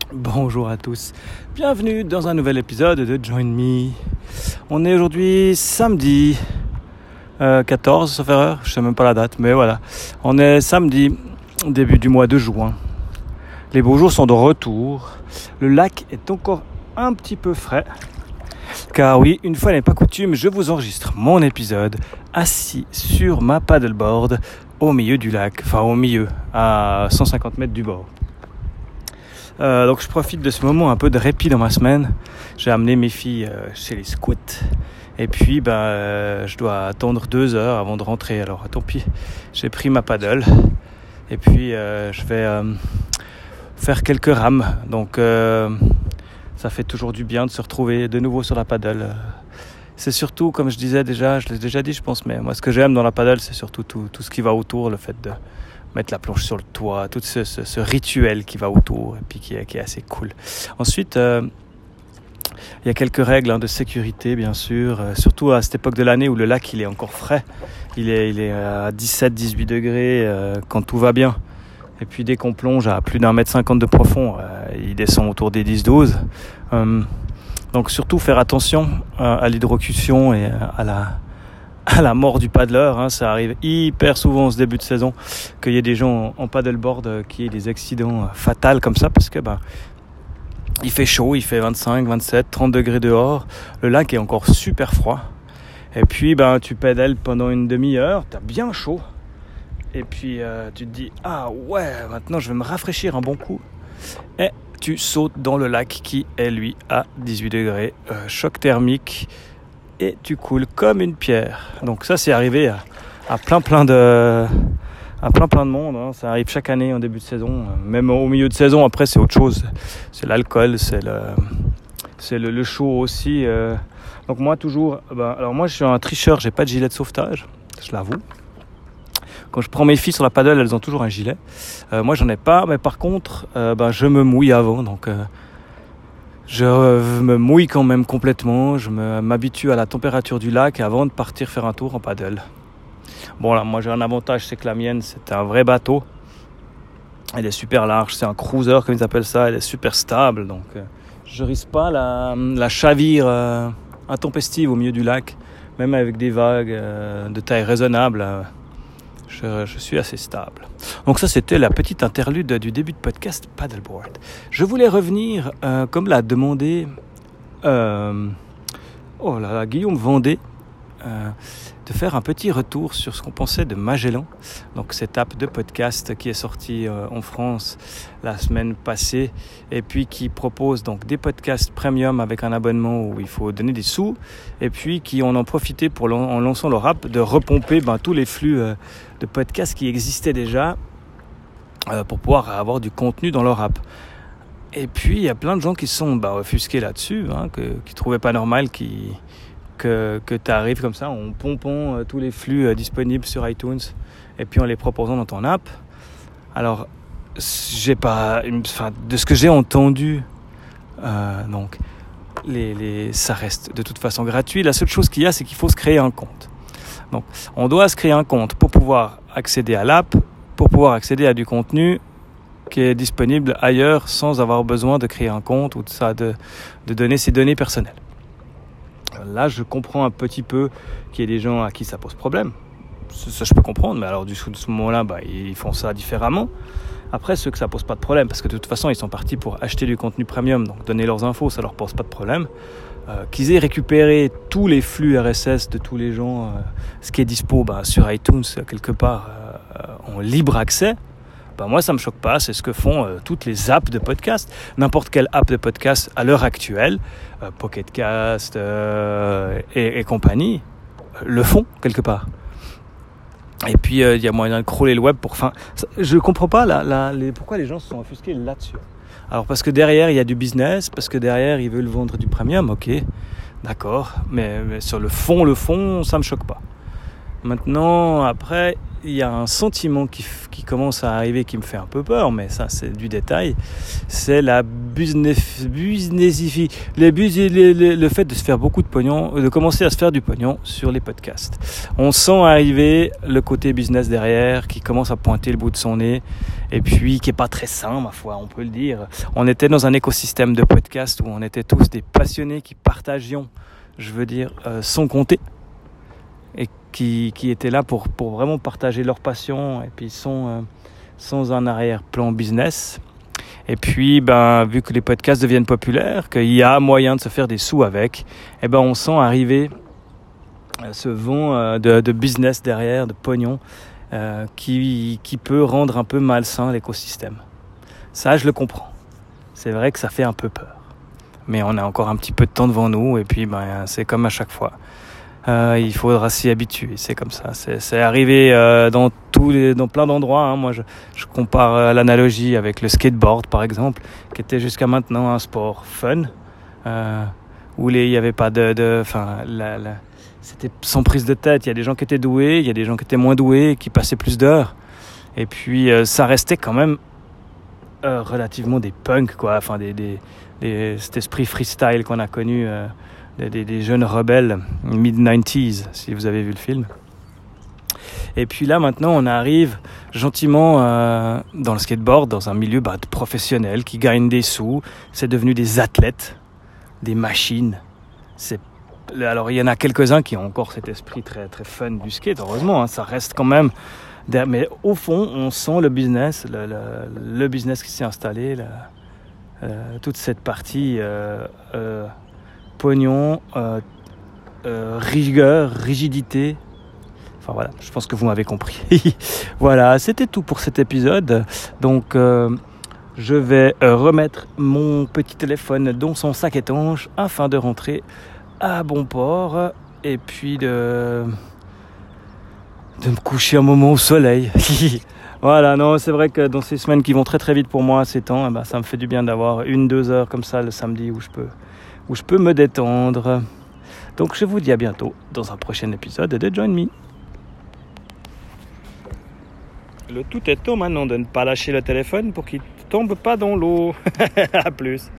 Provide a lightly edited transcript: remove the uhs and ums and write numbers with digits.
Bonjour à tous, bienvenue dans un nouvel épisode de Join Me. On est aujourd'hui samedi 14, sauf erreur, je sais même pas la date, mais voilà. On est samedi, début du mois de juin. Les beaux jours sont de retour. Le lac est encore un petit peu frais. Car oui, une fois n'est pas coutume, je vous enregistre mon épisode assis sur ma paddleboard au milieu du lac. Enfin au milieu, à 150 mètres du bord. Donc je profite de ce moment un peu de répit dans ma semaine. J'ai amené mes filles chez les scouts. Et puis je dois attendre 2 heures avant de rentrer. Alors tant pis, j'ai pris ma paddle. Et puis je vais faire quelques rames. Donc ça fait toujours du bien de se retrouver de nouveau sur la paddle. C'est surtout, comme je disais déjà, je l'ai déjà dit je pense, mais moi ce que j'aime dans la paddle, c'est surtout tout ce qui va autour, le fait de mettre la planche sur le toit, tout ce rituel qui va autour et puis qui est assez cool. Ensuite, il y a quelques règles de sécurité bien sûr, surtout à cette époque de l'année où le lac il est encore frais, il est à 17-18 degrés quand tout va bien. Et puis dès qu'on plonge à plus d'1,50 m de profond, il descend autour des 10-12. Donc surtout faire attention à l'hydrocution et à la mort du paddleur, ça arrive hyper souvent en ce début de saison qu'il y ait des gens en paddleboard qui aient des accidents fatals comme ça parce que il fait chaud, il fait 25, 27, 30 degrés dehors, le lac est encore super froid et puis tu pédales pendant une demi-heure, t'as bien chaud et puis tu te dis ah ouais, maintenant je vais me rafraîchir un bon coup et tu sautes dans le lac qui est lui à 18 degrés, choc thermique et tu coules comme une pierre. Donc ça c'est arrivé à plein de monde, Ça arrive chaque année en début de saison, même au milieu de saison. Après c'est autre chose, c'est l'alcool, c'est le chaud aussi. Donc moi toujours, alors moi je suis un tricheur, j'ai pas de gilet de sauvetage, je l'avoue. Quand je prends mes filles sur la paddle, elles ont toujours un gilet. Moi j'en ai pas, mais par contre je me mouille avant, donc je me mouille quand même complètement, je m'habitue à la température du lac avant de partir faire un tour en paddle. Bon là, moi j'ai un avantage, c'est que la mienne c'est un vrai bateau. Elle est super large, c'est un cruiser comme ils appellent ça, elle est super stable, donc je risque pas la chavire intempestive au milieu du lac, même avec des vagues de taille raisonnable. Je suis assez stable. Donc ça c'était la petite interlude du début de podcast Paddleboard. Je voulais revenir, comme l'a demandé Guillaume Vendée, de faire un petit retour sur ce qu'on pensait de Magellan. Donc cette app de podcast qui est sortie en France la semaine passée et puis qui propose donc des podcasts premium avec un abonnement où il faut donner des sous et puis qui en ont profité en lançant leur app de repomper tous les flux de podcasts qui existaient déjà pour pouvoir avoir du contenu dans leur app. Et puis il y a plein de gens qui se sont offusqués là-dessus, qui trouvaient pas normal que tu arrives comme ça en pompant tous les flux disponibles sur iTunes et puis en les proposant dans ton app. Alors de ce que j'ai entendu, donc ça reste de toute façon gratuit. La seule chose qu'il y a, c'est qu'il faut se créer un compte. Donc on doit se créer un compte pour pouvoir accéder à l'app, pour pouvoir accéder à du contenu qui est disponible ailleurs sans avoir besoin de créer un compte ou de donner ses données personnelles. Là, je comprends un petit peu qu'il y ait des gens à qui ça pose problème. Ça, je peux comprendre, mais alors de ce moment-là, ils font ça différemment. Après, ceux que ça pose pas de problème, parce que de toute façon, ils sont partis pour acheter du contenu premium, donc donner leurs infos, ça leur pose pas de problème. Qu'ils aient récupéré tous les flux RSS de tous les gens, ce qui est dispo sur iTunes, quelque part, en libre accès, moi ça me choque pas, c'est ce que font toutes les apps de podcast. N'importe quelle app de podcast à l'heure actuelle, Pocket Cast et compagnie, le font quelque part. Et puis il y a moyen de crawler le web je comprends pas pourquoi les gens se sont offusqués là-dessus. Alors parce que derrière il y a du business, parce que derrière ils veulent vendre du premium, ok, d'accord, mais sur le fond, ça me choque pas. Maintenant, après, il y a un sentiment qui commence à arriver qui me fait un peu peur, mais ça c'est du détail. C'est la le fait de se faire beaucoup de pognon, de commencer à se faire du pognon sur les podcasts. On sent arriver le côté business derrière qui commence à pointer le bout de son nez et puis qui est pas très sain, ma foi, on peut le dire. On était dans un écosystème de podcasts où on était tous des passionnés qui partagions, sans compter, et qui étaient là pour vraiment partager leur passion et puis sans un arrière-plan business. Et puis, vu que les podcasts deviennent populaires, qu'il y a moyen de se faire des sous avec, on sent arriver ce vent de business derrière, de pognon, qui peut rendre un peu malsain l'écosystème. Ça, je le comprends. C'est vrai que ça fait un peu peur. Mais on a encore un petit peu de temps devant nous, et puis c'est comme à chaque fois. Il faudra s'y habituer, c'est comme ça. C'est arrivé dans plein d'endroits. Hein. Moi, je compare l'analogie avec le skateboard, par exemple, qui était jusqu'à maintenant un sport fun, où il n'y avait pas c'était sans prise de tête. Il y a des gens qui étaient doués, il y a des gens qui étaient moins doués, qui passaient plus d'heures. Et puis, ça restait quand même relativement des punks, quoi. Enfin, cet esprit freestyle qu'on a connu. Des jeunes rebelles mid-90s, si vous avez vu le film. Et puis là, maintenant, on arrive gentiment dans le skateboard, dans un milieu de professionnels qui gagnent des sous. C'est devenu des athlètes, des machines. Alors, il y en a quelques-uns qui ont encore cet esprit très, très fun du skate, heureusement. Hein, ça reste quand même... Mais au fond, on sent le business, le business qui s'est installé, toute cette partie... pognon, rigueur, rigidité. Enfin voilà, je pense que vous m'avez compris. Voilà, c'était tout pour cet épisode. Donc, je vais remettre mon petit téléphone dans son sac étanche afin de rentrer à bon port et puis de me coucher un moment au soleil. Voilà, non, c'est vrai que dans ces semaines qui vont très très vite pour moi, ces temps, ça me fait du bien d'avoir 1-2 heures comme ça le samedi où je peux me détendre. Donc je vous dis à bientôt dans un prochain épisode de Join Me. Le tout est au maintenant de ne pas lâcher le téléphone pour qu'il ne tombe pas dans l'eau. À plus.